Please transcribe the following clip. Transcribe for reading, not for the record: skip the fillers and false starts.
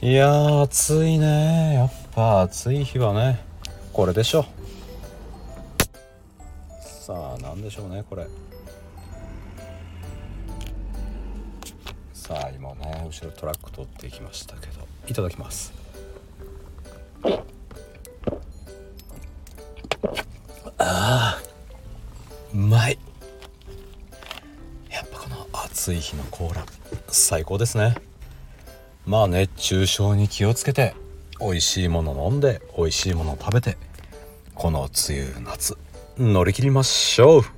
いやー暑いね。やっぱ暑い日はねこれでしょ。さあなんでしょうねこれ。さあ今ね後ろトラック通っていきましたけど、いただきます。うまい。やっぱこの暑い日のコーラ最高ですね。まあ熱中症に気をつけて美味しいもの飲んで美味しいもの食べてこの梅雨夏乗り切りましょう。